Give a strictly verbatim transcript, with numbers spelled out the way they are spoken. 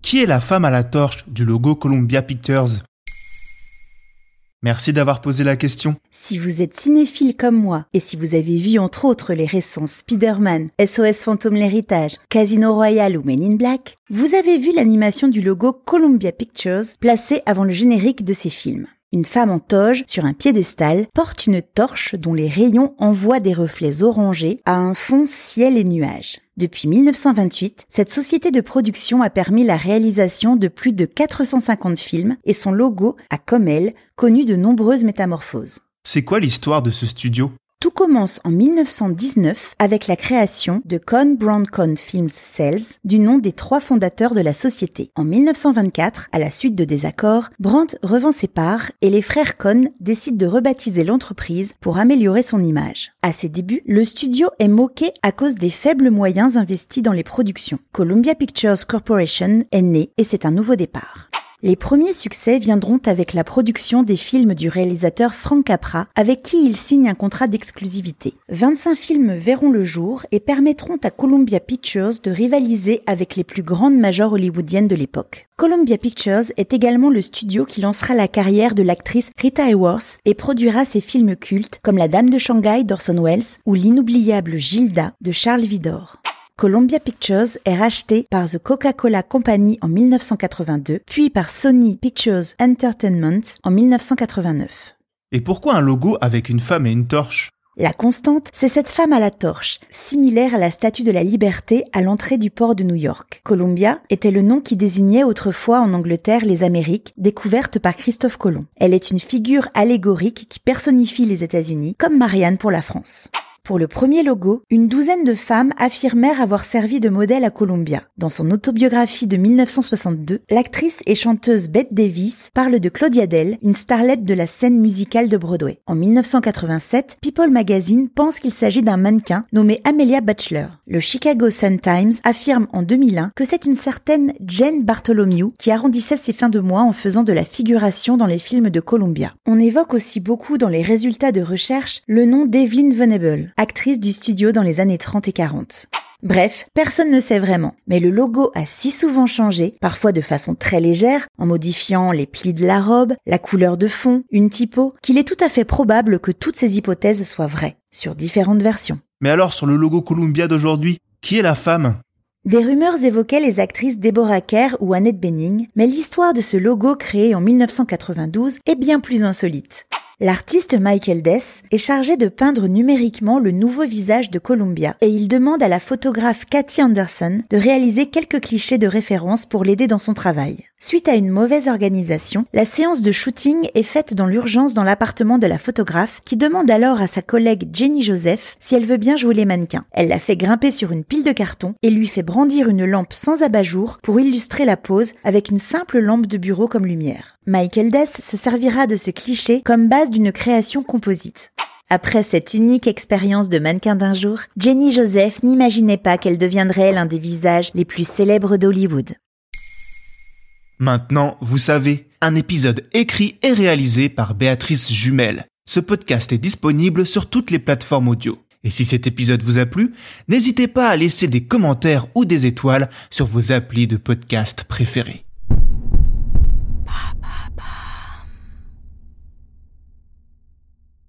Qui est la femme à la torche du logo Columbia Pictures ? Merci d'avoir posé la question. Si vous êtes cinéphile comme moi, et si vous avez vu entre autres les récents Spider-Man, S O S Fantôme l'Héritage, Casino Royale ou Men in Black, vous avez vu l'animation du logo Columbia Pictures placé avant le générique de ces films. Une femme en toge, sur un piédestal, porte une torche dont les rayons envoient des reflets orangés à un fond ciel et nuages. Depuis mille neuf cent vingt-huit, cette société de production a permis la réalisation de plus de quatre cent cinquante films et son logo a, comme elle, connu de nombreuses métamorphoses. C'est quoi l'histoire de ce studio ? Tout commence en mille neuf cent dix-neuf avec la création de Cohn Brown Cohn Films Sales, du nom des trois fondateurs de la société. En mille neuf cent vingt-quatre, à la suite de désaccords, Brandt revend ses parts et les frères Cohn décident de rebaptiser l'entreprise pour améliorer son image. À ses débuts, le studio est moqué à cause des faibles moyens investis dans les productions. Columbia Pictures Corporation est née et c'est un nouveau départ. Les premiers succès viendront avec la production des films du réalisateur Frank Capra, avec qui il signe un contrat d'exclusivité. vingt-cinq films verront le jour et permettront à Columbia Pictures de rivaliser avec les plus grandes majors hollywoodiennes de l'époque. Columbia Pictures est également le studio qui lancera la carrière de l'actrice Rita Hayworth et produira ses films cultes comme La Dame de Shanghai d'Orson Welles ou l'inoubliable Gilda de Charles Vidor. Columbia Pictures est racheté par The Coca-Cola Company en mille neuf cent quatre-vingt-deux, puis par Sony Pictures Entertainment en mille neuf cent quatre-vingt-neuf. Et pourquoi un logo avec une femme et une torche ? La constante, c'est cette femme à la torche, similaire à la Statue de la Liberté à l'entrée du port de New York. Columbia était le nom qui désignait autrefois en Angleterre les Amériques, découvertes par Christophe Colomb. Elle est une figure allégorique qui personnifie les États-Unis, comme Marianne pour la France. Pour le premier logo, une douzaine de femmes affirmèrent avoir servi de modèle à Columbia. Dans son autobiographie de mille neuf cent soixante-deux, l'actrice et chanteuse Bette Davis parle de Claudia Dell, une starlette de la scène musicale de Broadway. En mille neuf cent quatre-vingt-sept, People Magazine pense qu'il s'agit d'un mannequin nommé Amelia Butler. Le Chicago Sun-Times affirme en deux mille un que c'est une certaine Jane Bartholomew qui arrondissait ses fins de mois en faisant de la figuration dans les films de Columbia. On évoque aussi beaucoup dans les résultats de recherche le nom d'Evelyn Venable, actrice du studio dans les années trente et quarante. Bref, personne ne sait vraiment, mais le logo a si souvent changé, parfois de façon très légère, en modifiant les plis de la robe, la couleur de fond, une typo, qu'il est tout à fait probable que toutes ces hypothèses soient vraies, sur différentes versions. Mais alors sur le logo Columbia d'aujourd'hui, qui est la femme ? Des rumeurs évoquaient les actrices Deborah Kerr ou Annette Bening, mais l'histoire de ce logo créé en mille neuf cent quatre-vingt-douze est bien plus insolite. L'artiste Michael Dess est chargé de peindre numériquement le nouveau visage de Columbia et il demande à la photographe Cathy Anderson de réaliser quelques clichés de référence pour l'aider dans son travail. Suite à une mauvaise organisation, la séance de shooting est faite dans l'urgence dans l'appartement de la photographe qui demande alors à sa collègue Jenny Joseph si elle veut bien jouer les mannequins. Elle la fait grimper sur une pile de carton et lui fait brandir une lampe sans abat-jour pour illustrer la pose avec une simple lampe de bureau comme lumière. Michael Dess se servira de ce cliché comme base d'une création composite. Après cette unique expérience de mannequin d'un jour, Jenny Joseph n'imaginait pas qu'elle deviendrait l'un des visages les plus célèbres d'Hollywood. Maintenant, vous savez, un épisode écrit et réalisé par Béatrice Jumel. Ce podcast est disponible sur toutes les plateformes audio. Et si cet épisode vous a plu, n'hésitez pas à laisser des commentaires ou des étoiles sur vos applis de podcast préférés. Papa.